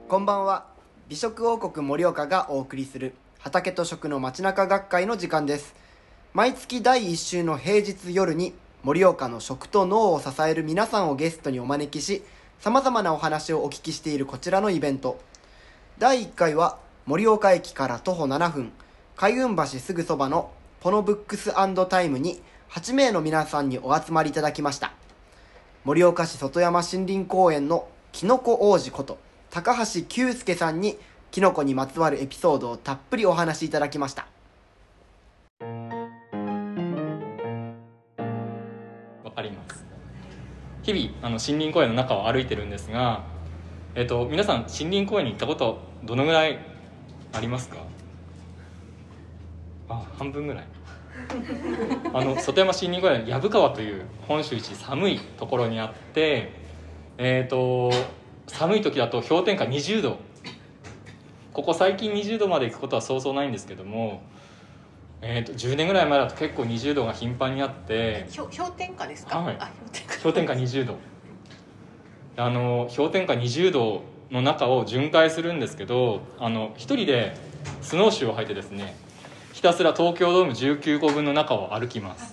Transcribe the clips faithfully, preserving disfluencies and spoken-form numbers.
こんばんは。美食王国盛岡がお送りする畑と食の街中学会の時間です。毎月だいいっ週の平日夜に盛岡の食と農を支える皆さんをゲストにお招きし、様々なお話をお聞きしているこちらのイベント。だいいっかいは盛岡駅から徒歩ななふん、海運橋すぐそばのポノブックス&タイムにはちめいの皆さんにお集まりいただきました。盛岡市外山森林公園のきのこ王子こと高橋久介さんにキノコにまつわるエピソードをたっぷりお話しいただきました。 わかります。日々あの森林公園の中を歩いてるんですが、えっと、皆さん森林公園に行ったことどのぐらいありますか？あ、半分ぐらいあの外山森林公園は藪川という本州一寒いところにあって、えっと寒い時だと氷点下にじゅうど、ここ最近にじゅうどまで行くことはそうそうないんですけども、えー、とじゅうねんぐらい前だと結構にじゅうどが頻繁にあって、 氷点下ですか？ はい、 あ、氷点下氷点下にじゅうど、あの氷点下にじゅうどの中を巡回するんですけど、あの一人でスノーシューを履いてですね、ひたすら東京ドームじゅうきゅうこぶんの中を歩きます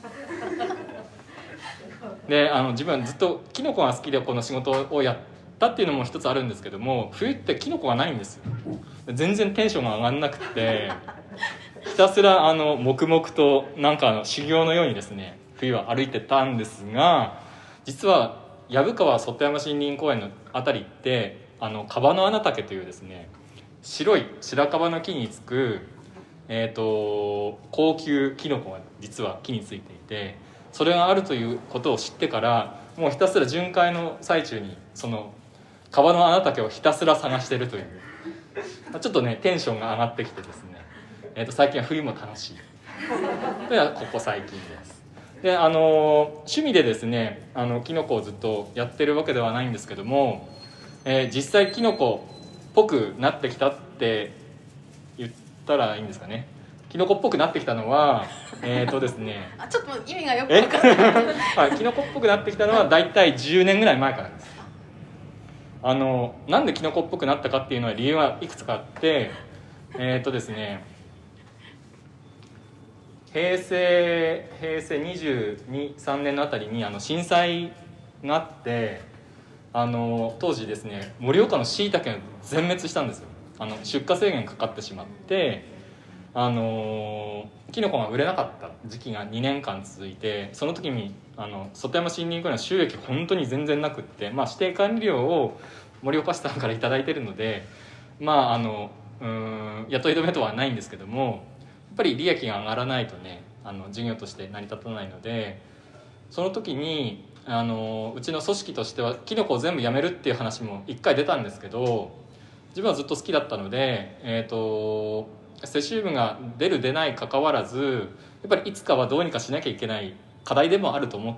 で、あの自分はずっとキノコが好きでこの仕事をやったっていうのも一つあるんですけども、冬ってキノコがないんですよ。全然テンションが上がんなくて、ひたすらあの黙々となんかあの修行のようにですね、冬は歩いてたんですが、実は藪川外山森林公園のあたりってあのカバノアナタケというですね、白い白樺の木につく、えー、と高級キノコが実は木についていて、それがあるということを知ってからもうひたすら巡回の最中にそのカバノアナタケをひたすら探してるという、ちょっとねテンションが上がってきてですね、えー、と最近は冬も楽しいそれはここ最近です。で、あの趣味でですね、あのキノコをずっとやってるわけではないんですけども、えー、実際キノコっぽくなってきたって言ったらいいんですかね。キノコっぽくなってきたのはえっとですねあ、ちょっと意味がよく分からない、 はい、キノコっぽくなってきたのはだいたいじゅうねんぐらい前からです。あのなんでキノコっぽくなったかっていうのは理由はいくつかあって、えっとですね平成平成にじゅうに、さんねんのあたりにあの震災があって、あの当時ですね盛岡の椎茸が全滅したんですよ。あの出荷制限かかってしまって、あのキノコが売れなかった時期がにねんかん続いて、その時にあの外山森林公園の収益本当に全然なくって、まあ、指定管理料を盛岡市さんから頂いてるので、まああのうーん雇い止めとはないんですけども、やっぱり利益が上がらないとね、あの事業として成り立たないので、その時にあのうちの組織としてはキノコを全部やめるっていう話もいっかい出たんですけど、自分はずっと好きだったので、えーとセシウムが出る出ない関わらず、やっぱりいつかはどうにかしなきゃいけない課題でもあると思って、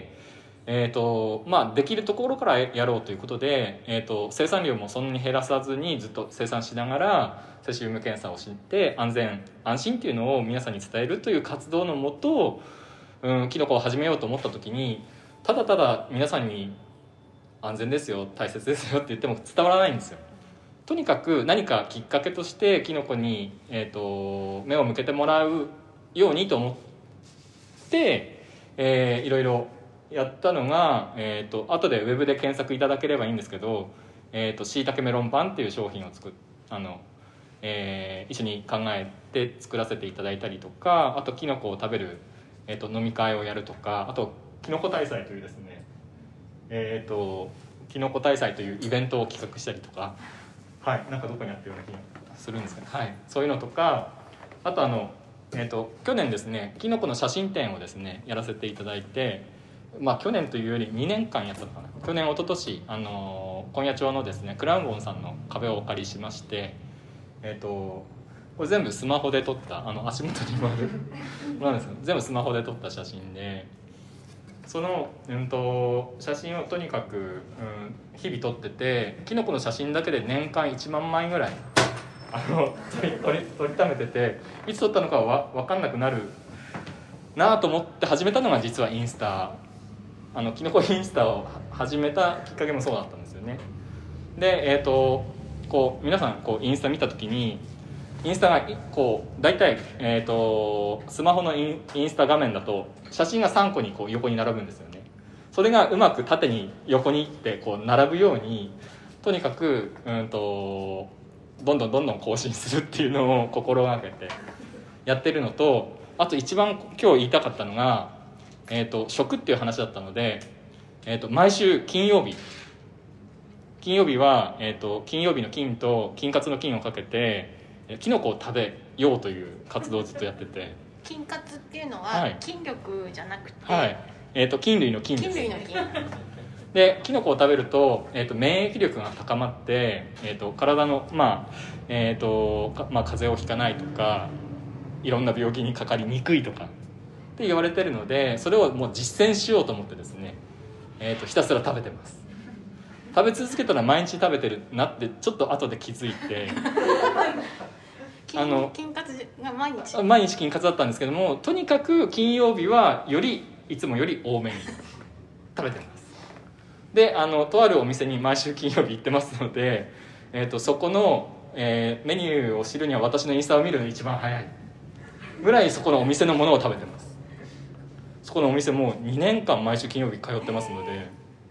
えーとまあ、できるところからやろうということで、えーと生産量もそんなに減らさずにずっと生産しながらセシウム検査をして安全安心っていうのを皆さんに伝えるという活動のもと、うん、キノコを始めようと思った時に、ただただ皆さんに安全ですよ大切ですよって言っても伝わらないんですよ。とにかく何かきっかけとしてキノコに、えーと目を向けてもらうようにと思って、えー、いろいろやったのが、えー、と後でウェブで検索いただければいいんですけど、えー、としいたけメロンパンっていう商品を作っあの、えー、一緒に考えて作らせていただいたりとか、あとキノコを食べる、えー、と飲み会をやるとか、あとキノコ大祭というですね、えー、とキノコ大祭というイベントを企画したりとか、はい、なんかどこにあったような気がするんですけど、はい、そういうのとか、あとあの、えー、と去年ですねキノコの写真展をですねやらせていただいて、まあ去年というよりにねんかんやったのかな。去年一昨年あの今夜町のですねクラウンボンさんの壁をお借りしまして、えっ、ー、とこれ全部スマホで撮ったあの足元にもあるなんですけど全部スマホで撮った写真で、その、うん、と写真をとにかく、うん、日々撮ってて、キノコの写真だけで年間いちまんまいぐらいあの撮り撮り撮りためてて、いつ撮ったのかは分かんなくなるなと思って始めたのが実はインスタ、あのキノコインスタを始めたきっかけもそうだったんですよね。で、えーとこう皆さんこうインスタ見た時にインスタがこう大体、えー、とスマホのイン、インスタ画面だと写真がさんこにこう横に並ぶんですよね。それがうまく縦に横にってこう並ぶようにとにかく、うんとどんどんどんどん更新するっていうのを心がけてやってるのと、あと一番今日言いたかったのが、えー、と食っていう話だったので、えー、と毎週金曜日金曜日は、えー、と金曜日の金と金カツの金をかけてキノコを食べようという活動をずっとやってて、 筋活っていうのは、 はい筋力じゃなくて、 はいえー、と菌類の菌です。 筋類の筋でキノコを食べると、えー、と免疫力が高まって、えー、と体の、まあえーとかまあ、風邪をひかないとかいろんな病気にかかりにくいとかって言われてるので、それをもう実践しようと思ってですね、えー、とひたすら食べてます。食べ続けたら毎日食べてるなってちょっと後で気づいてあの筋活が毎日毎日金カツだったんですけども、とにかく金曜日はよりいつもより多めに食べてます。であのとあるお店に毎週金曜日行ってますので、えー、とそこの、えーメニューを知るには私のインスタを見るのが一番早いぐらいそこのお店のものを食べてます。そこのお店もうにねんかん毎週金曜日通ってますので。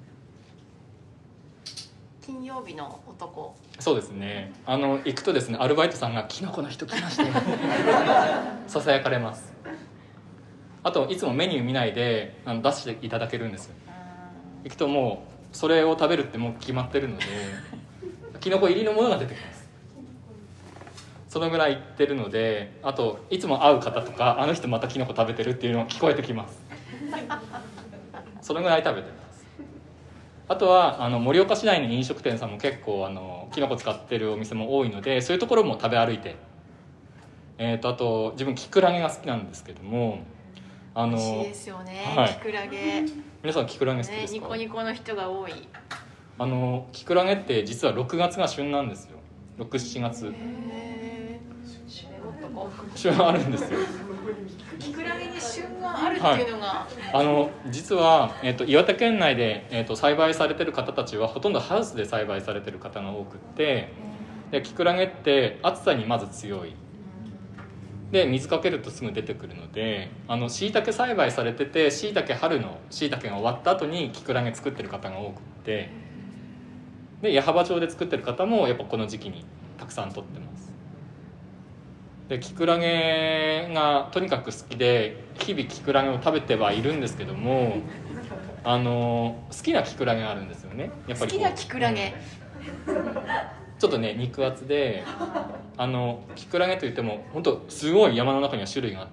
金曜日の男。 そうですね、あの行くとですねアルバイトさんが「キノコの人来ましたよ」ささやかれます。あといつもメニュー見ないであの出していただけるんですよ。行くともうそれを食べるってもう決まってるのでキノコ入りのものが出てきます。そのぐらい行ってるので、あといつも会う方とかあの人またキノコ食べてるっていうのが聞こえてきます。そのぐらい食べてます。あとはあの盛岡市内の飲食店さんも結構あのキノコ使ってるお店も多いので、そういうところも食べ歩いて、えー、とあと自分キクラゲが好きなんですけども、あの美味しいですよね、 はいキクラゲ、ね、 皆さんキクラゲ好きですか？ ニコニコの人が多い。 あのキクラゲって実はろくがつが旬なんですよ。ろく、しちがつへえ、 旬あるんですよ。 キクラゲに旬があるっていうのが、 はい、あの実は、えー、と岩手県内で、えー、と栽培されてる方たちはほとんどハウスで栽培されてる方が多くって、でキクラゲって暑さにまず強いで水かけるとすぐ出てくるので、あの椎茸栽培されてて椎茸春の椎茸が終わった後にキクラゲ作ってる方が多くって、で矢巾町で作ってる方もやっぱこの時期にたくさん取ってます。でキクラゲがとにかく好きで日々キクラゲを食べてはいるんですけども、あの好きなキクラゲがあるんですよね。やっぱり好きなキクラゲ、 うん、ちょっとね肉厚で、あのキクラゲといっても本当すごい山の中には種類があって、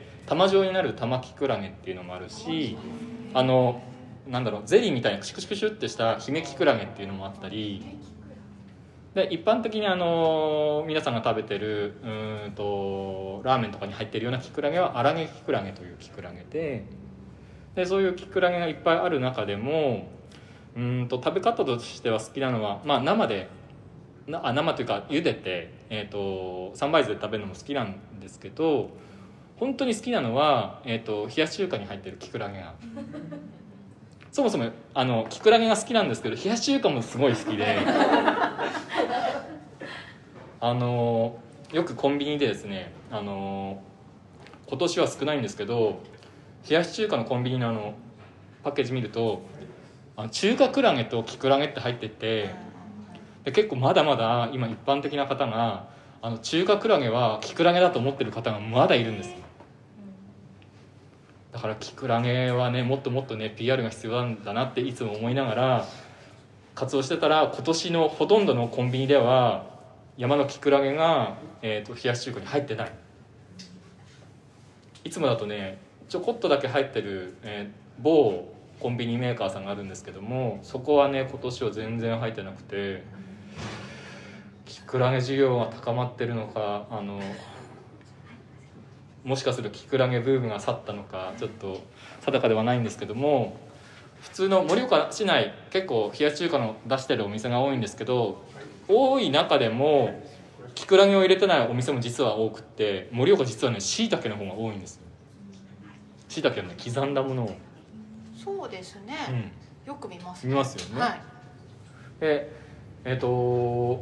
玉状になる玉キクラゲっていうのもあるし、あのなんだろうゼリーみたいにクシュクシュクシュってした姫キクラゲっていうのもあったりで、一般的にあの皆さんが食べてるうーんとラーメンとかに入ってるようなキクラゲは荒毛キクラゲというキクラゲで、でそういうキクラゲがいっぱいある中でもうーんと食べ方としては好きなのは、まあ、生でなあ生というか茹でて、えー、と三杯酢で食べるのも好きなんですけど、本当に好きなのは、えー、と冷やし中華に入ってるキクラゲがそもそもあのキクラゲが好きなんですけど冷やし中華もすごい好きであのよくコンビニでですね、あの今年は少ないんですけど冷やし中華のコンビニのあのパッケージ見るとあの中華クラゲとキクラゲって入ってて、で結構まだまだ今一般的な方があの中華クラゲはキクラゲだと思ってる方がまだいるんです。だからキクラゲはねもっともっとね ピーアール が必要なんだなっていつも思いながら活動してたら、今年のほとんどのコンビニでは山のキクラゲが、えー、と冷やし中華に入ってない。いつもだとねちょこっとだけ入ってる、えー、某コンビニメーカーさんがあるんですけども、そこはね今年は全然入ってなくて、キクラゲ需要が高まってるのか、あのもしかするとキクラゲブームが去ったのかちょっと定かではないんですけども、普通の盛岡市内結構冷やし中華の出してるお店が多いんですけど、多い中でもキクラゲを入れてないお店も実は多くって、盛岡実はね椎茸の方が多いんですよ。椎茸はね刻んだものをそうですね、うん、よく見ます、ね、 見ますよね、 はい、 でえっ、ー、と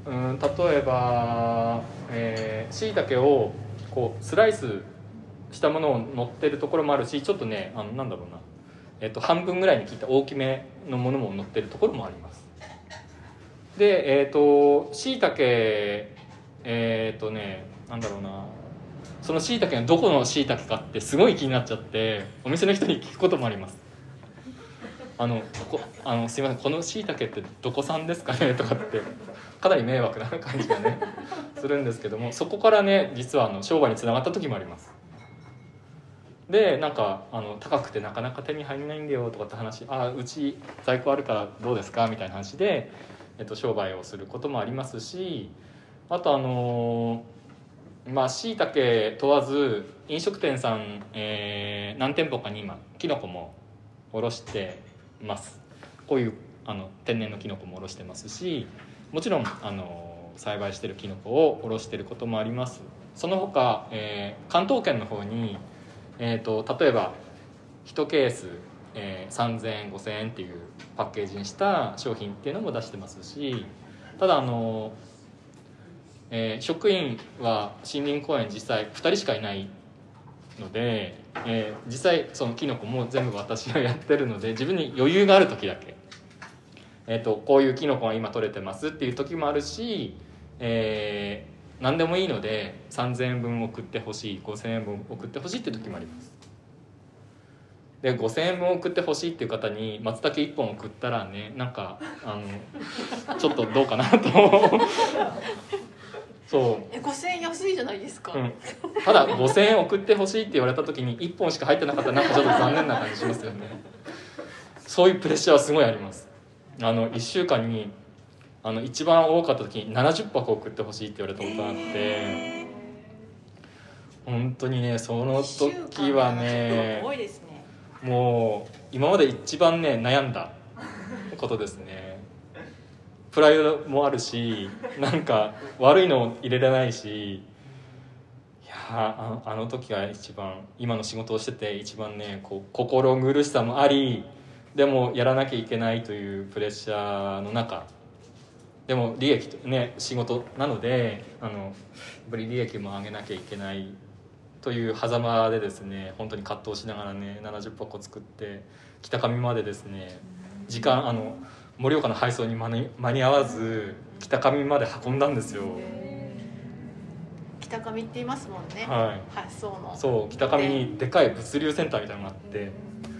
うん例えばしいたけをこうスライスしたものを乗ってるところもあるし、ちょっとねあのなんだろうな、えっと、半分ぐらいに切った大きめのものも乗ってるところもあります。でえっとしいたけえっとねなんだろうな、そのしいたけがどこのしいたけかってすごい気になっちゃってお店の人に聞くこともあります。あのここあのすいません、このしいたけってどこ産ですかねとかってかなり迷惑な感じがねするんですけども、そこからね実はあの商売につながった時もあります。でなんかあの高くてなかなか手に入らないんだよとかって話、あうち在庫あるからどうですかみたいな話で、えっと、商売をすることもありますし、あとあのまあしいたけ問わず飲食店さん、えー、何店舗かに今きのこも卸してます。こういうあの天然のきのこも卸してますし、もちろんあの栽培してるきのこを卸してることもあります。その他、えー、関東圏の方に、えー、と例えばいちケース、えー、さんぜんえんごせんえんっていうパッケージにした商品っていうのも出してますし、ただあの、えー、職員は森林公園実際ふたりしかいないので、えー、実際そのキノコも全部私がやってるので、自分に余裕がある時だけ、えー、とこういうキノコが今取れてますっていう時もあるし、えー、何でもいいのでさんぜんえんぶん送ってほしい、ごせんえんぶん送ってほしいっていう時もあります。でごせんえんぶん送ってほしいっていう方に松茸いっぽん送ったらね、なんかあのちょっとどうかなとそうえごせんえん安いじゃないですか、 うん、ただごせんえん送ってほしいって言われた時にいっぽんしか入ってなかったらなんかちょっと残念な感じしますよね。そういうプレッシャーはすごいあります。あのいっしゅうかんにあの一番多かった時にななじゅっぱこ送ってほしいって言われたことがあって、えー、本当にねその時はね多いですね。 もう今まで一番ね悩んだことですね。プライドもあるし、なんか悪いの入れれないし、いや あ, あの時が一番今の仕事をしてて一番ねこう心苦しさもあり、でもやらなきゃいけないというプレッシャーの中でも利益とね仕事なので、あのやっぱり利益も上げなきゃいけないという狭間でですね、本当に葛藤しながらねななじゅっぱこ作って北上までですね、時間あの盛岡の配送に間に、間に合わず北上まで運んだんですよ。 北上って言いますもんね、 はい、 発送の。 そう北上にでかい物流センターみたいなのがあって、いや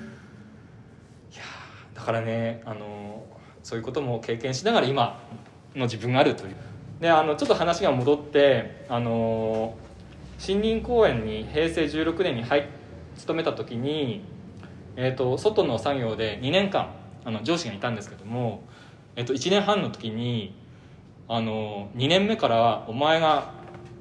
だからねあのそういうことも経験しながら今の自分があるという。であのちょっと話が戻ってあの森林公園にへいせいじゅうろくねんに入勤めた時に、えー、と外の作業でにねんかんあの上司がいたんですけども、えー、といちねんはんの時にあのにねんめからお前が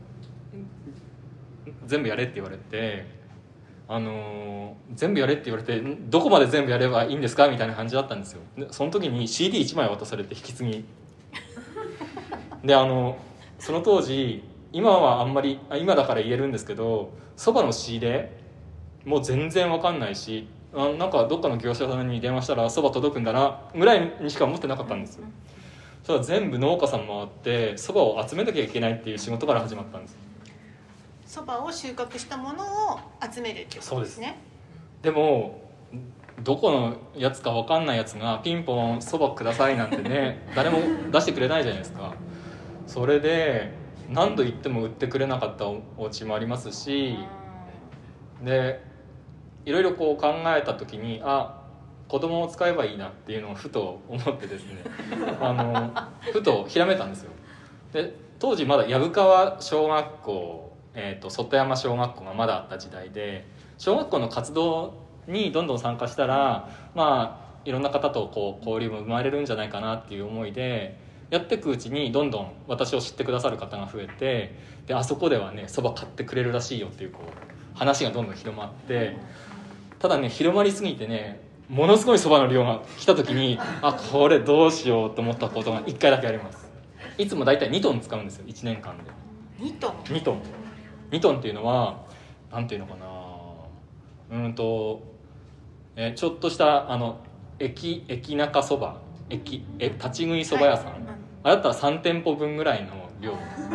全部やれって言われて、あの全部やれって言われてどこまで全部やればいいんですかみたいな感じだったんですよ。でその時に シーディーいち 枚渡されて引き継ぎで、あのその当時今はあんまり今だから言えるんですけど、そばの仕入れもう全然分かんないし、あなんかどっかの業者さんに電話したらそば届くんだなぐらいにしか思ってなかったんですよ。それは全部農家さん回ってそばを集めなきゃいけないっていう仕事から始まったんです。 そばを収穫したものを集めるっていうことですね。そうです。 でもどこのやつか分かんないやつがピンポンそばくださいなんてね誰も出してくれないじゃないですか。それで何度言っても売ってくれなかったお家もありますし、でいろいろこう考えた時にあ子供を使えばいいなっていうのをふと思ってですねあのふとひらめいたんですよ。で当時まだ薮川小学校、えーと、外山小学校がまだあった時代で、小学校の活動にどんどん参加したらまあいろんな方とこう交流も生まれるんじゃないかなっていう思いでやっていくうちにどんどん私を知ってくださる方が増えて、であそこではねそば買ってくれるらしいよっていうこう話がどんどん広まって、ただね広まりすぎてねものすごいそばの量が来た時にあこれどうしようと思ったことがいっかいだけあります。いつもだいたいにトン使うんですよいちねんかんで。 にトン ?にトンにトンっていうのはなんていうのかな、うんとえちょっとしたあの駅駅中そば駅え立ち食いそば屋さんあれだったらさん店舗分ぐらいの量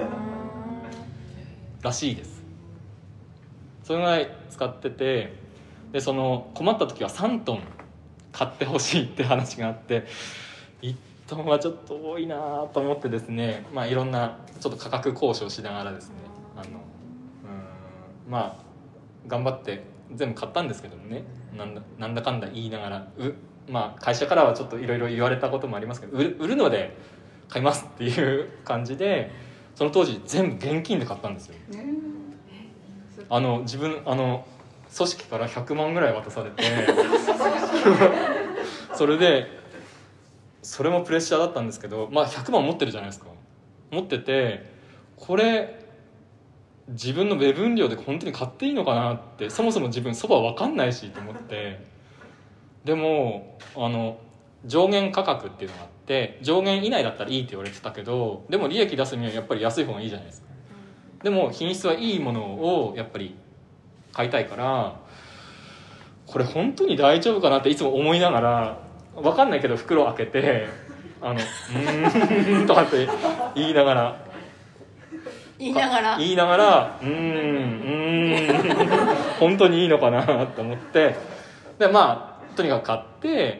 らしいです。それぐらい使ってて、でその困った時はさんトン買ってほしいって話があって、いちトンはちょっと多いなと思ってですね、まあいろんなちょっと価格交渉しながらですね、あのうーんまあ頑張って全部買ったんですけどもね、なんだなんだかんだ言いながら、うまあ会社からはちょっといろいろ言われたこともありますけど、売る売るので買いますっていう感じで、その当時全部現金で買ったんですよ。あの自分あの組織からひゃくまんぐらい渡されてそれでそれもプレッシャーだったんですけど、まあひゃくまん持ってるじゃないですか。持ってて、これ自分の目分量で本当に買っていいのかなって、そもそも自分そば分かんないしと思って、でもあの上限価格っていうのがあって、上限以内だったらいいって言われてたけど、でも利益出すにはやっぱり安い方がいいじゃないですか。でも品質はいいものをやっぱり買いたいから、これ本当に大丈夫かなっていつも思いながら、分かんないけど袋開けて、あのうーんとかって言いながら言いながら言いながらうーんうーん本当にいいのかなと思って、でまあとにかく買って、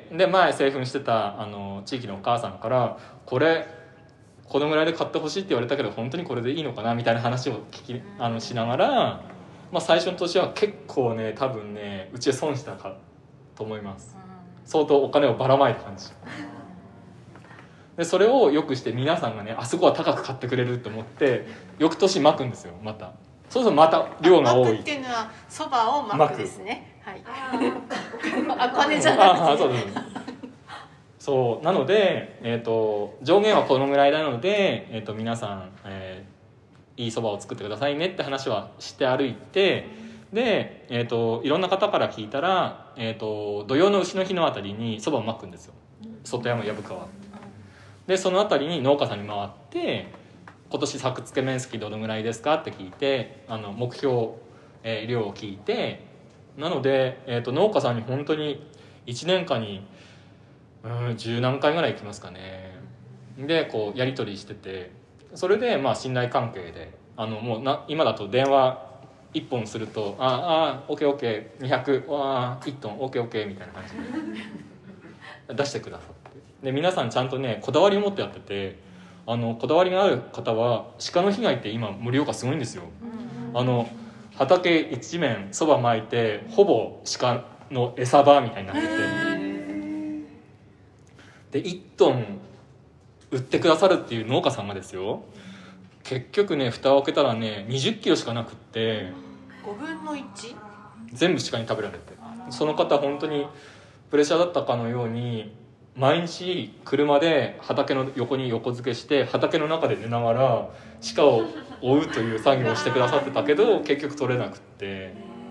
で前製粉してたあの地域のお母さんから、これこのぐらいで買ってほしいって言われたけど本当にこれでいいのかなみたいな話を聞きあのしながら、まあ、最初の年は結構ね多分ねうちで損したかと思います。相当お金をばらまいた感じで、それをよくして皆さんがね、あそこは高く買ってくれると思って翌年巻くんですよ。またそうするとまた量が多い。 巻くっていうのはそばを巻くですね。はい。あ、お金じゃなくて。 あそうですそうなので、えー、と上限はこのぐらいなので、えー、と皆さん、えー、いいそばを作ってくださいねって話はして歩いて、で、えー、といろんな方から聞いたら、えー、と土曜の丑の日のあたりにそばを巻くんですよ、外山薮川で。そのあたりに農家さんに回って、今年作付け面積どのぐらいですかって聞いて、あの目標、えー、量を聞いて、なので、えー、と農家さんに本当にいちねんかんにうん十何回ぐらい行きますかね。でこうやり取りしてて、それでまあ信頼関係で、あのもうな今だと電話いっぽんすると「ああ オーケーオーケーにひゃくわあいちトン オーケーオーケー」みたいな感じで出してくださって、で皆さんちゃんとねこだわりを持ってやってて、あのこだわりがある方は鹿の被害って今盛岡すごいんですよ。あの畑一面そば巻いてほぼ鹿の餌場みたいになってて、でいちトン売ってくださるっていう農家さんがですよ、結局ね蓋を開けたらねにじゅっキロしかなくって、 ごぶんのいち全部鹿に食べられて、その方本当にプレッシャーだったかのように毎日車で畑の横に横付けして畑の中で寝ながら鹿を追うという作業をしてくださってたけど結局取れなくって、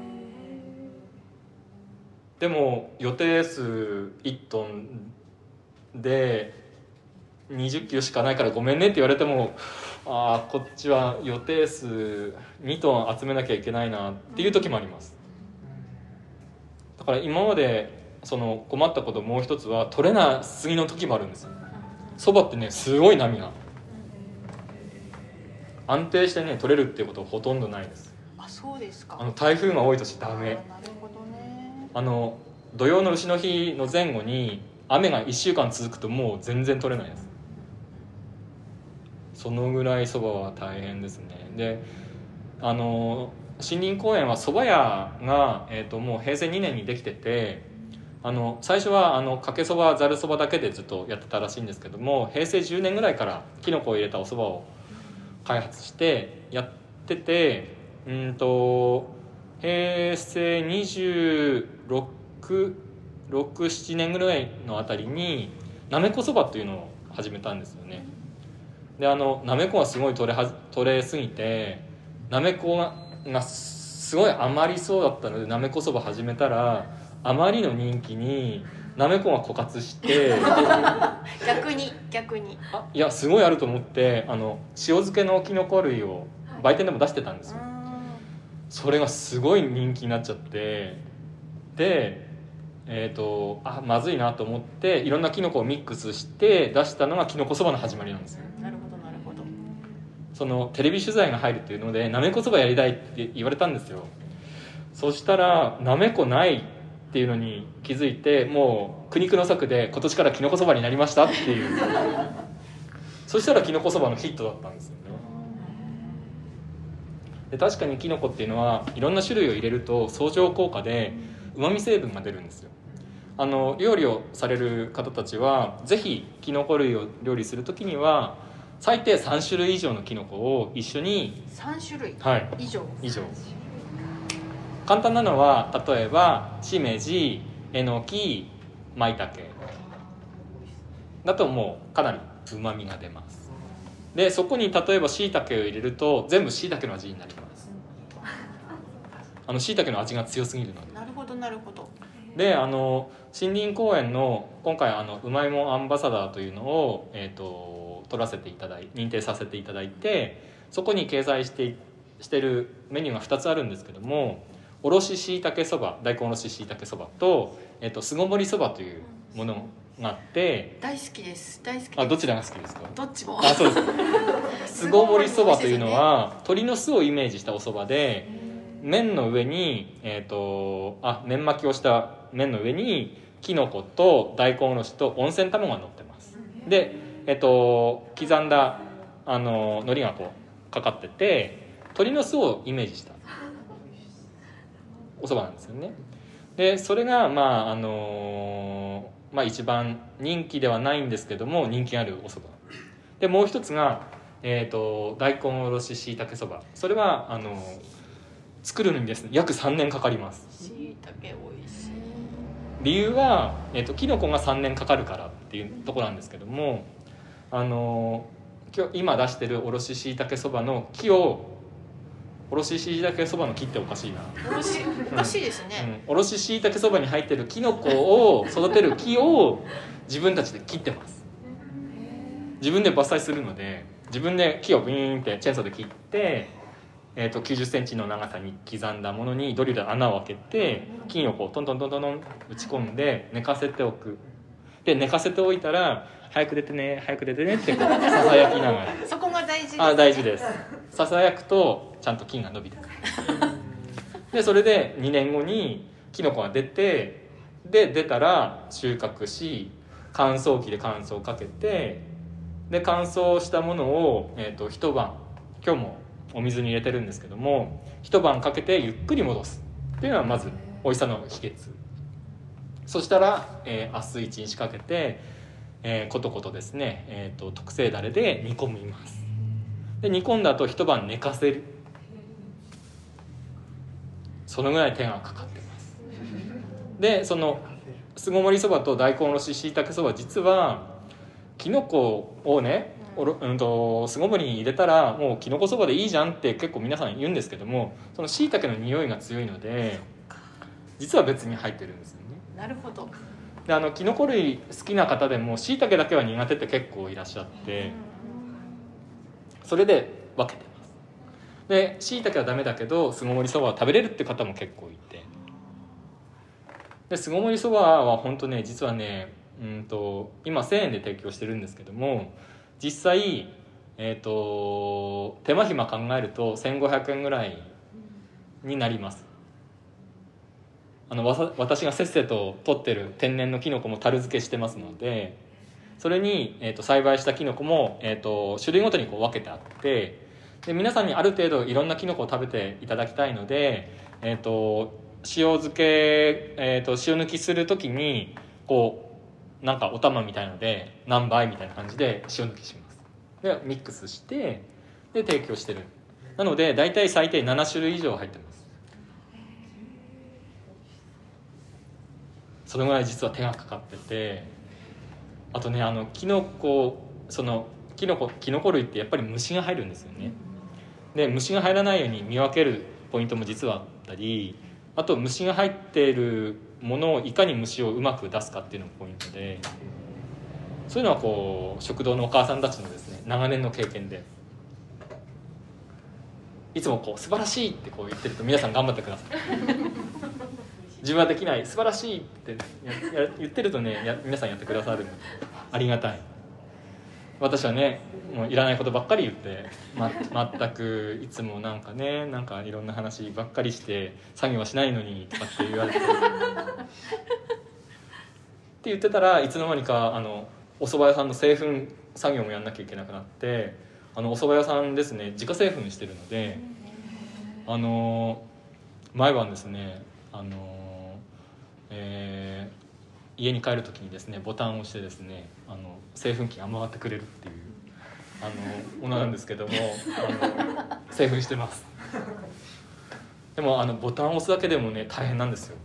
でも予定数いちトンでにじゅっキロしかないからごめんねって言われても、ああこっちは予定数にトン集めなきゃいけないなっていう時もあります。だから今までその困ったこともう一つは取れなすぎの時もあるんですよ。そばってねすごい波が安定してね取れるっていうことはほとんどないです。 あ、そうですか。 あの台風が多い年ダメ。 なるほどね。 あの土曜の丑の日の前後に雨がいっしゅうかん続くともう全然取れないです。そのぐらいそばは大変ですね。であの森林公園はそば屋が、えー、ともう平成にねんにできてて、あの最初はあのかけそばざるそばだけでずっとやってたらしいんですけども、平成じゅうねんぐらいからきのこを入れたおそばを開発してやってて、うんと平成にじゅうろく、ろく、ななねんぐらいのあたりになめこそばっていうのを始めたんですよね。であのなめこがすごい取れは取れすぎて、なめこががすごい余りそうだったのでなめこそば始めたら、あまりの人気になめこが枯渇して逆に逆にあいやすごいあると思って、あの塩漬けのきのこ類を売店でも出してたんですよ。それがすごい人気になっちゃって、でえー、とあまずいなと思っていろんなきのこをミックスして出したのがきのこそばの始まりなんですよ。 なるほどなるほど。 そのテレビ取材が入るっていうのでなめこそばやりたいって言われたんですよ。そしたらなめこないっていうのに気づいて、もう苦肉の策で今年からきのこそばになりましたっていうそしたらきのこそばのヒットだったんですよね。で確かにきのこっていうのはいろんな種類を入れると相乗効果でうまみ成分が出るんですよ。あの料理をされる方たちはぜひきのこ類を料理するときには最低さん種類以上のきのこを一緒にさん種類はい以上、 以上簡単なのは例えばしめじ、えのき、まいたけだともうかなりうまみが出ます。でそこに例えばしいたけを入れると全部しいたけの味になります。あのしいたけの味が強すぎるので。 なるほどなるほど。 であの森林公園の今回あのうまいもんアンバサダーというのを、えー、と取らせていただい認定させていただいて、そこに掲載してしてるメニューがふたつあるんですけども、おろししいたけそば、大根おろししいたけそばと、えー、と巣ごもりそばというものがあって、 大好きです大好きです。 あどちらが好きですか？ どっちも。 あそうです巣ごもりそばというのは鶏の巣をイメージしたおそばで、麺の上に、えー、とあ麺巻きをした麺の上にきのこと大根おろしと温泉卵が乗ってます。で、えー、と刻んだあの海苔がこうかかってて鶏の巣をイメージしたおそばなんですよね。でそれがまああのまあ一番人気ではないんですけども人気あるおそばで、もう一つが、えー、と大根おろししいたけそば。それはあの作るのにですね約さんねんかかります。 しいたけおいしい。 理由は、えー、ときのこがさんねんかかるからっていうところなんですけども、あの今日今出してるおろししいたけそばの木をおろししいたけそばの木っておかしいなおろしおかしいですね、 うん、おろししいたけそばに入ってるきのこを育てる木を自分たちで切ってます。自分で伐採するので自分で木をビーンってチェーンソーで切って、えー、ときゅうじゅっセンチの長さに刻んだものにドリルで穴を開けて金をこうトントントントン打ち込んで寝かせておく。で寝かせておいたら早く出てね早く出てねってこうささやきながらそこが大事です、ね、 あ大事です。ささやくとちゃんと菌が伸びてくるでそれでにねんごにキノコが出て、で出たら収穫し乾燥機で乾燥かけて、で乾燥したものを、えー、と一晩今日もお水に入れてるんですけども一晩かけてゆっくり戻すっていうのはまず美味しさの秘訣。そしたら、えー、明日一日かけて、えー、コトコトですね、えー、と特製だれで煮込みます。で煮込んだ後一晩寝かせる。そのぐらい手がかかってます。でその巣ごもりそばと大根おろししいたけそば、実はきのこをねおろ、うんと巣ごもりに入れたらもうきのこそばでいいじゃんって結構皆さん言うんですけども、そのしいたけの匂いが強いので実は別に入ってるんですよね。 なるほど。 であのきのこ類好きな方でもしいたけだけは苦手って結構いらっしゃって、それで分けてます。でしいたけはダメだけど巣ごもりそばは食べれるって方も結構いて、で巣ごもりそばは本当ね実はねうんと今せんえんで提供してるんですけども、実際、えー、と手間暇考えるとせんごひゃくえんぐらいになります。あのわさ私がせっせと取ってる天然のきのこも樽漬けしてますので、それに、えー、と栽培したきのこも、えー、と種類ごとにこう分けてあって、で皆さんにある程度いろんなきのこを食べていただきたいので、えー、と塩漬け、えー、と塩抜きする時にこうなんかお玉みたいので何倍みたいな感じで塩抜きします。でミックスしてで提供してる。なので大体最低なな種類以上入ってます。そのぐらい実は手がかかってて、あとねあのキノコそのキノコキノコ類ってやっぱり虫が入るんですよね。で虫が入らないように見分けるポイントも実はあったり、あと虫が入っているものをいかに虫をうまく出すかっていうのもポイントで、そういうのはこう食堂のお母さんたちのですね長年の経験で、いつもこう素晴らしいってこう言ってると皆さん頑張ってください。 自分はできない素晴らしいってやや言ってるとねや皆さんやってくださるのでありがたい。私はねもういらないことばっかり言って、ま、全くいつもなんかねなんかいろんな話ばっかりして作業はしないのにとかって言われてって言ってたらいつの間にかあのお蕎麦屋さんの製粉作業もやんなきゃいけなくなって、あのお蕎麦屋さんですね自家製粉してるので、あの毎晩ですねあの、えー家に帰る時にですねボタンを押してですねあの製粉機が回ってくれるっていうあのものなんですけどもあの製粉してます。でもあのボタンを押すだけでもね大変なんですよ。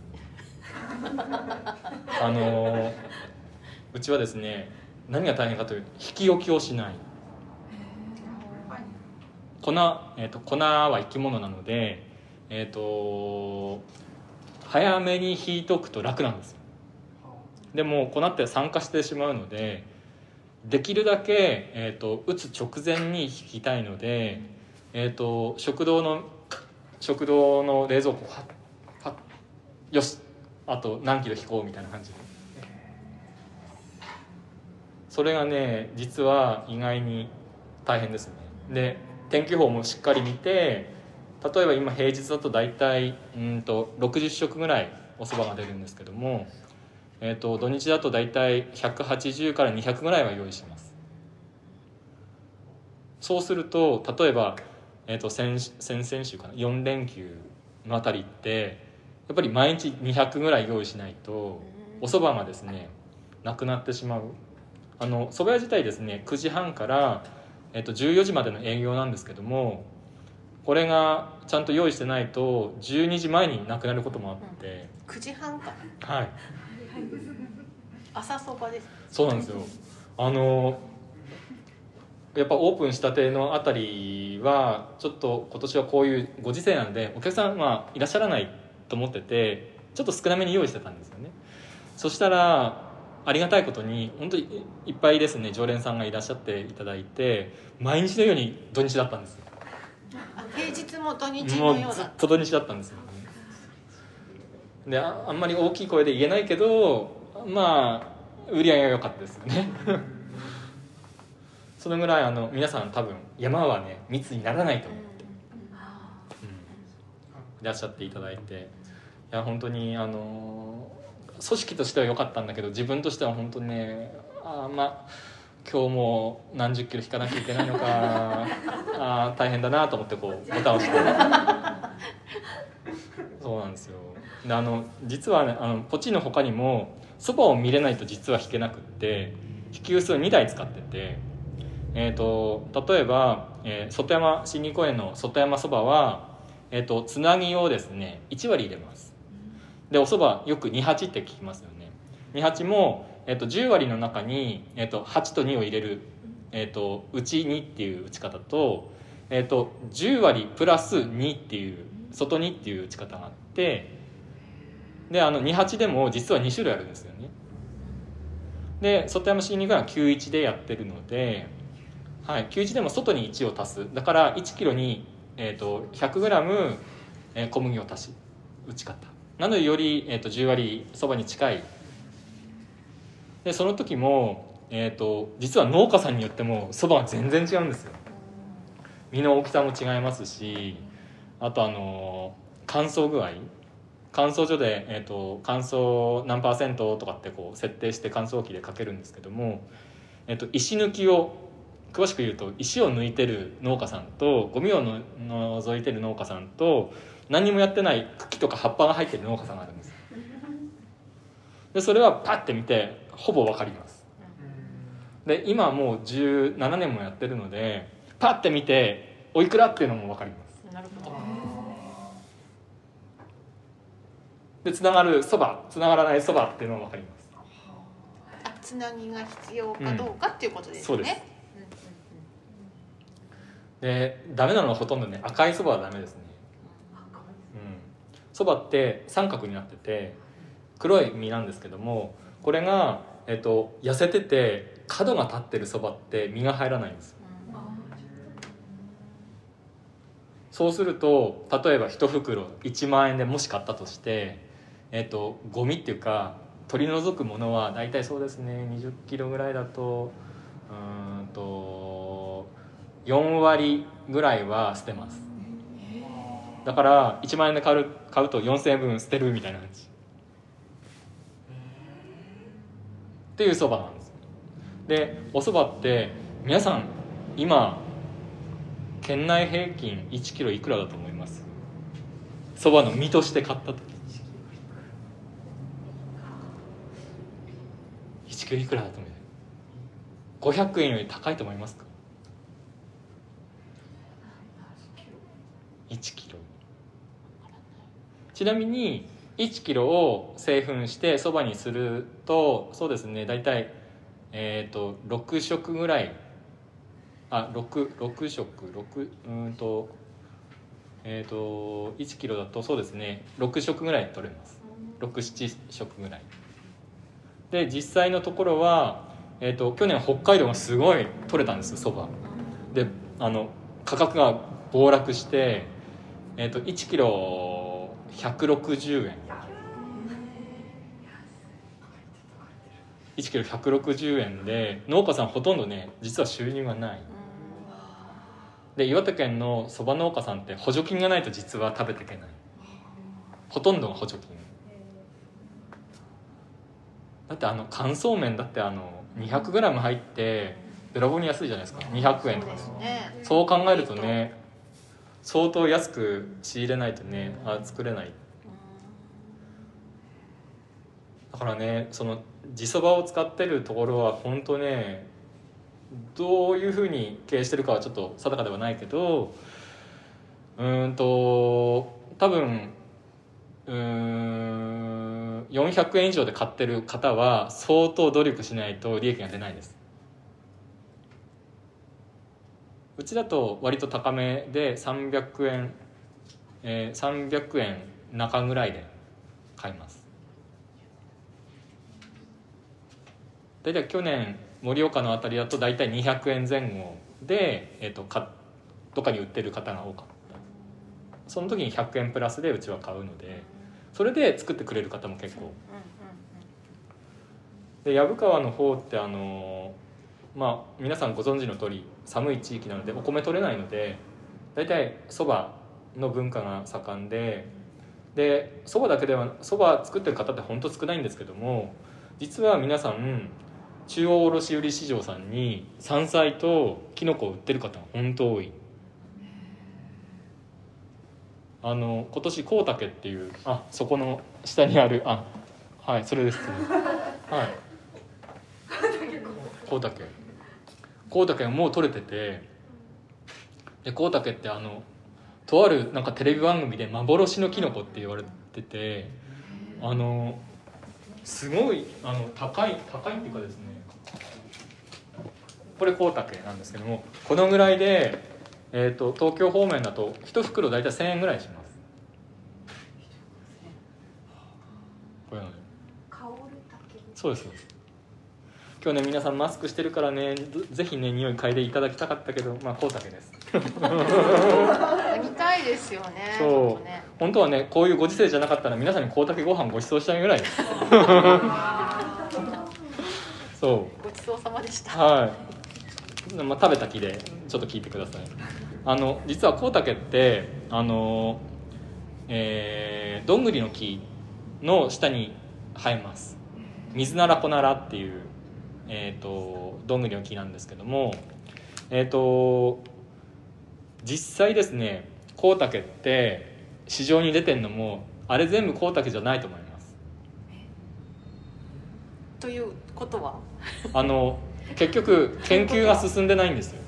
あのうちはですね何が大変かというと引き置きをしない。粉、えーと、粉は生き物なので、えーと、早めに引いておくと楽なんですよ。でも粉って酸化してしまうのでできるだけ、えーと、打つ直前に引きたいので、えーと、食堂の食堂の冷蔵庫ははよしあと何キロ引こうみたいな感じで、それがね実は意外に大変ですね。で天気予報もしっかり見て、例えば今平日だと大体うんとろくじゅっ食ぐらいお蕎麦が出るんですけども、えーと土日だと大体ひゃくはちじゅうからにひゃくぐらいは用意します。そうすると例えば、えーと 先, 先々週かなよん連休のあたりってやっぱり毎日にひゃくぐらい用意しないとお蕎麦がですねなくなってしまう。あの蕎麦屋自体ですねくじはんから、えーとじゅうよじまでの営業なんですけども、これがちゃんと用意してないとじゅうにじまえになくなることもあって、 うん、くじはんから、 はい、 朝そばです。 そうなんですよ。あのやっぱオープンしたてのあたりはちょっと今年はこういうご時世なんでお客さんはいらっしゃらないと思っててちょっと少なめに用意してたんですよね。そしたらありがたいことに本当にいっぱいですね常連さんがいらっしゃっていただいて毎日のように土日だったんですよ。 平日も土日もうのようだずっと土日だったんですよね。で あ, あんまり大きい声で言えないけどまあ売り上げが良かったですよねそのぐらいあの皆さん多分山はね密にならないと思って、うん、いらっしゃっていただいて、いや本当にあの組織としては良かったんだけど自分としては本当にねあまあ今日も何十キロ引かなきゃいけないのかあ大変だなと思ってこうボタンを押してそうなんですよ。であの実はねあのポチの他にもそばを見れないと実は弾けなくって弾き臼をにだい使ってて、えー、と例えば、えー、外山森林公園の外山そばは、えー、とつなぎをですねいち割入れます。でおそばよくにはちって聞きますよね。にはちも、えー、とじゅう割の中に、えー、とはちとにを入れる、えー、と内にっていう打ち方と、えー、とじゅう割プラスにっていう外にっていう打ち方があって、であのにはちでも実はに種類あるんですよね。で外山森林公園はきゅういちでやってるので、はい、きゅういちでも外にいちを足す。だからいちキロに、えー、と ひゃくグラム 小麦を足し打ち方なのでより、えー、とじゅう割そばに近い。でその時も、えー、と実は農家さんによってもそばは全然違うんですよ。実の大きさも違いますし、あとあの乾燥具合乾燥所で、えー、と乾燥何パーセントとかってこう設定して乾燥機でかけるんですけども、えー、と石抜きを詳しく言うと石を抜いてる農家さんとゴミをの除いてる農家さんと何にもやってない茎とか葉っぱが入ってる農家さんがあるんです。でそれはパッて見てほぼ分かります。で今はもうじゅうななねんもやってるのでパッて見ておいくらっていうのも分かります。 なるほど。 でつながるそばつながらないそばっていうのも分かります。 あつなぎが必要かどうかっていうことですね、 うん、そうです。でダメなのはほとんどね赤いそばはダメですね。そば、うん、って三角になってて黒い実なんですけども、これが、えっと、痩せてて角が立ってるそばって実が入らないんですよ。そうすると例えばいち袋いちまん円でもし買ったとして、 えー、とゴミっていうか取り除くものは大体そうですねにじゅっキロぐらいだとうーんとよんわりぐらいは捨てます。だからいちまん円で買う、買うとよんせんえんぶん捨てるみたいな感じっていうそばなんです。でおそばって皆さん今県内平均いちキロいくらだと思います？そばの実として買ったといちキロいくらだと思います？ごひゃくえんより高いと思いますか？いちキロ。ちなみにいちキロを製粉してそばにするとそうですね大体えっとろくしょくぐらいあ六六食六うんとえっといちキロだとそうですねろくしょくぐらい取れます。ろく、ななしょくぐらいで実際のところは、えー、と去年北海道がすごい取れたんですそばであの価格が暴落して、えー、といちキロひゃくろくじゅうえんいちキロひゃくろくじゅうえんで農家さんほとんどね実は収入がないで岩手県のそば農家さんって補助金がないと実は食べていけないほとんどが補助金だってあの乾燥麺だってあの にひゃくグラム 入ってべらぼうに安いじゃないですかにひゃくえんとかそうですね。 そう考えるとね相当安く仕入れないとねあ作れないだからねその地そばを使ってるところは本当ねどういうふうに経営してるかはちょっと定かではないけどうーんと多分うーんよんひゃくえん以上で買ってる方は相当努力しないと利益が出ないです。うちだと割と高めでさんびゃくえん、えー、さんびゃくえん中ぐらいで買います。大体去年盛岡のあたりだと大体にひゃくえんぜん後で、えー、とかとかに売ってる方が多かった。その時にひゃくえんプラスでうちは買うのでそれで作ってくれる方も結構で薮川の方ってあのまあ皆さんご存知の通り寒い地域なのでお米取れないので大体そばの文化が盛んででそばだけではそば作ってる方って本当少ないんですけども実は皆さん中央卸売市場さんに山菜ときのこを売ってる方が本当多い。あの今年コウタケっていうあそこの下にあるあはいそれですはいコウタケコウタケがもう取れててでコウタケってあのとあるなんかテレビ番組で幻のキノコって言われててあのすごいあの高い高いっていうかですねこれコウタケなんですけどもこのぐらいで、えーと、東京方面だといち袋大体せんえんぐらいします。これそうですそうです。今日ね皆さんマスクしてるからねぜひね匂い嗅いでいただきたかったけどまあコウタケです嗅ぎたいですよね。 そう、 ね、 本当はねこういうご時世じゃなかったら皆さんにコウタケご飯ご馳走したいぐらいですそうごちそうさまでした。 はい、まあ、食べた気でちょっと聞いてください。あの実はコウタケってあの、えー、どんぐりの木の下に生えます。水ならこならっていう、えー、とどんぐりの木なんですけども、えー、と実際ですねコウタケって市場に出てるのもあれ全部コウタケじゃないと思います。 ということはあの結局研究が進んでないんですよ。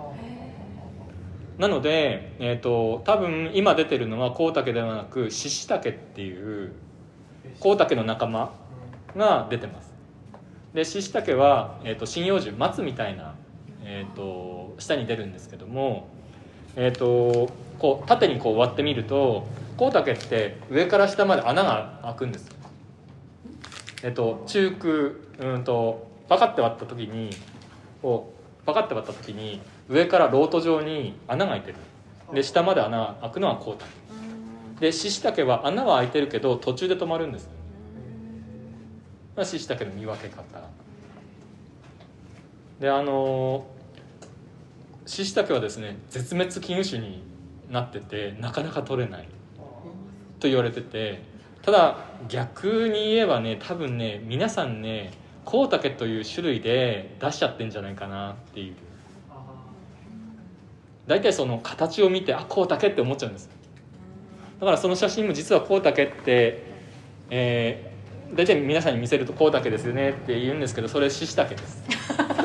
なので、えー、と多分今出てるのはコウタケではなくシシタケっていうコウタケの仲間が出てます。でシシタケは、えー、と針葉樹松みたいな、えー、と下に出るんですけども、えー、とこう縦にこう割ってみるとコウタケって上から下まで穴が開くんですよ。えっと中空うんとパカッて割った時にこうパカッて割った時に上からロート状に穴が開いてるで下まで穴が開くのはコウタケでシシタケは穴は開いてるけど途中で止まるんですよね。まあ、シシタケの見分け方で、あのシシタケはですね絶滅危惧種になっててなかなか取れないと言われてて、ただ逆に言えばね、多分ね皆さんねコウタケという種類で出しちゃってんじゃないかなっていう。大体その形を見てあコウタケって思っちゃうんです。だからその写真も実はコウタケって、えー、大体皆さんに見せるとコウタケですよねって言うんですけど、それシシタケです騙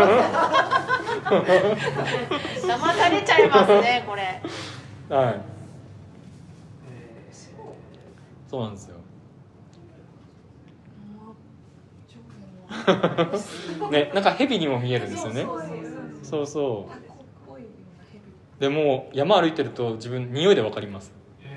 されちゃいますねこれ。 はい、そうなんですよね、なんかヘビにも見えるんですよね。そうそうでも山歩いてると自分匂いで分かります。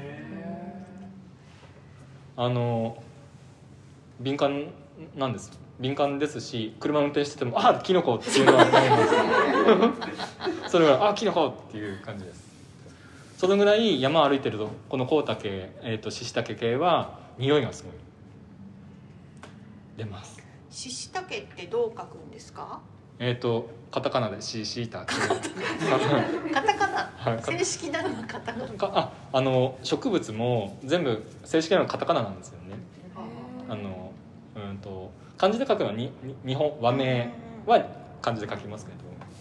あの敏感なんです。敏感ですし、車運転しててもあキノコっていうのは思いますそれはあキノコっていう感じです。そのぐらい山歩いてるとこのコウタケ、えーとシシタケ系は匂いがすごい出ます。 シシタケってどう書くんですか？ えっ、ー、とカタカナでシシタケカタカナ、 はい、 正式なのはカタカナかああの植物も全部正式なのはカタカナなんですよね。あのうんと漢字で書くのはにに日本和名は漢字で書きますけ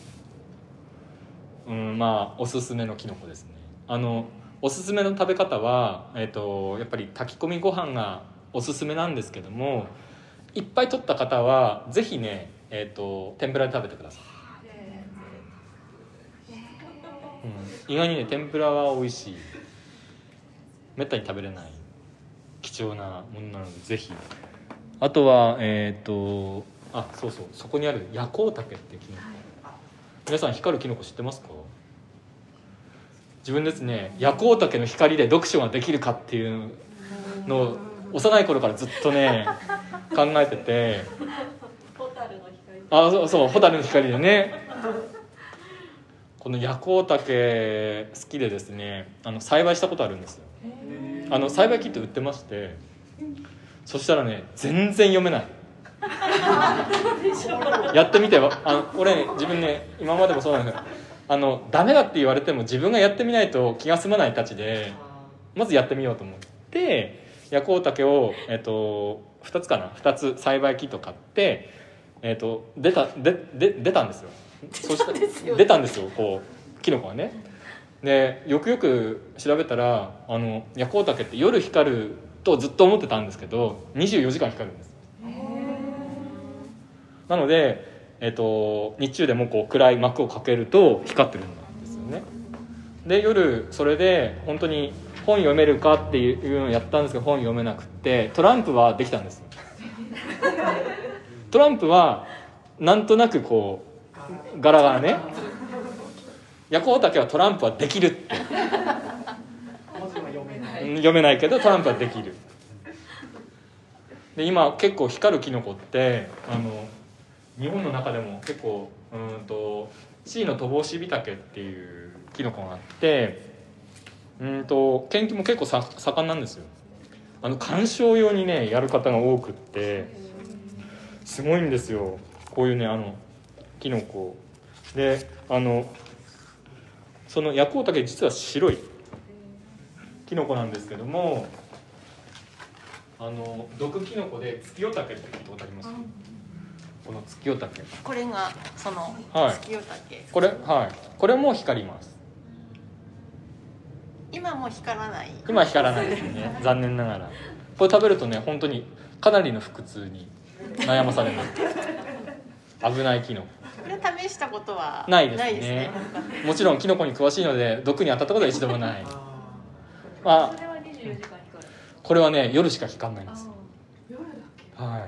ど、うんまあおすすめのキノコですね。あのおすすめの食べ方は、えー、とやっぱり炊き込みご飯がおすすめなんですけども、いっぱい取った方はぜひね、えー、と天ぷらで食べてください。うん、意外にね天ぷらは美味しい。めったに食べれない貴重なものなのでぜひ。あとはえっ、ー、とあそうそうそこにあるヤコウタケってキノコ、皆さん光るキノコ知ってますか？自分ですねヤコウタケの光で読書ができるかっていうのを幼い頃からずっとね考えててホタルの光あそうそうホタルの光でねこのヤコウタケ好きでですねあの栽培したことあるんですよ。あの栽培キット売ってまして、そしたらね全然読めないやってみてあの俺ね自分ね今までもそうなんですけどあのダメだって言われても自分がやってみないと気が済まないたちでまずやってみようと思ってヤコウタケを、えー、とふたつかなふたつ栽培キット買って、えー、と出たでで出たんですよ。そした出たんですよこうキノコがね。でよくよく調べたらあのヤコウタケって夜光るとずっと思ってたんですけどにじゅうよじかん光るんです。なので、えー、と日中でもこう暗い幕をかけると光ってるんですよね。で夜それで本当に本読めるかっていうのをやったんですけど本読めなくってトランプはできたんですよ。トランプはなんとなくこう柄がねヤコウタケはトランプはできるって読めないけどトランプはできる。で今結構光るキノコってあの日本の中でも結構うんと C のトボウシビタケっていうキノコがあってうんと研究も結構さ盛んなんですよ。あの観賞用にねやる方が多くってすごいんですよこういうねあのキノコであのそのヤコウタケ実は白いキノコなんですけどもあの毒キノコでツキヨタケって聞いたことあります？このツキヨタケこれがそのはいツキヨタケ、 これはいこれも光ります。 今も光らない。 今光らないですね残念ながら。これ食べるとね本当にかなりの腹痛に悩まされます危ないキノコこれ試したことはないですね。 ないですね。 もちろんキノコに詳しいので毒に当たったことは一度もない。まあこれはにじゅうよじかん光る。 これはね夜しか光らないんですよ。 夜だけ。 はい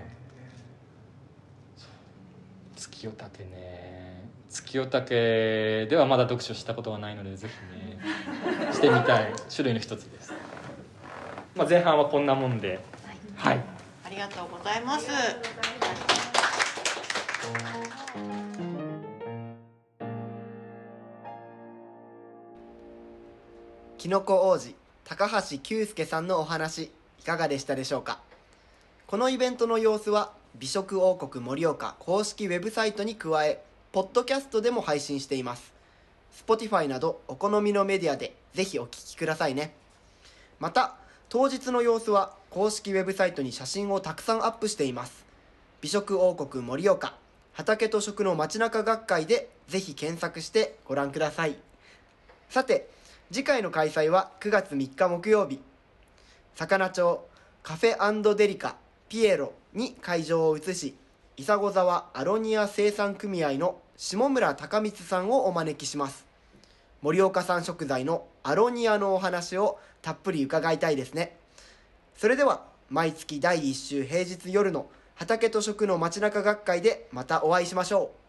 ツキヨタケねツキヨタケではまだ読書したことがないのでぜひねしてみたい種類の一つです。まあ、前半はこんなもんではい、はい、 ありがとうございます。 キノコ王子高橋久介さんのお話いかがでしたでしょうか。このイベントの様子は美食王国盛岡公式ウェブサイトに加え、ポッドキャストでも配信しています。Spotify などお好みのメディアでぜひお聞きくださいね。また、当日の様子は公式ウェブサイトに写真をたくさんアップしています。美食王国盛岡畑と食の街中学会でぜひ検索してご覧ください。さて、次回の開催はくがつみっか木曜日、さかな町カフェ&デリカピエロに会場を移し、伊佐子沢アロニア生産組合の下村隆光さんをお招きします。盛岡産食材のアロニアのお話をたっぷり伺いたいですね。それでは毎月だいいっ週平日夜の畑と食の街中学会でまたお会いしましょう。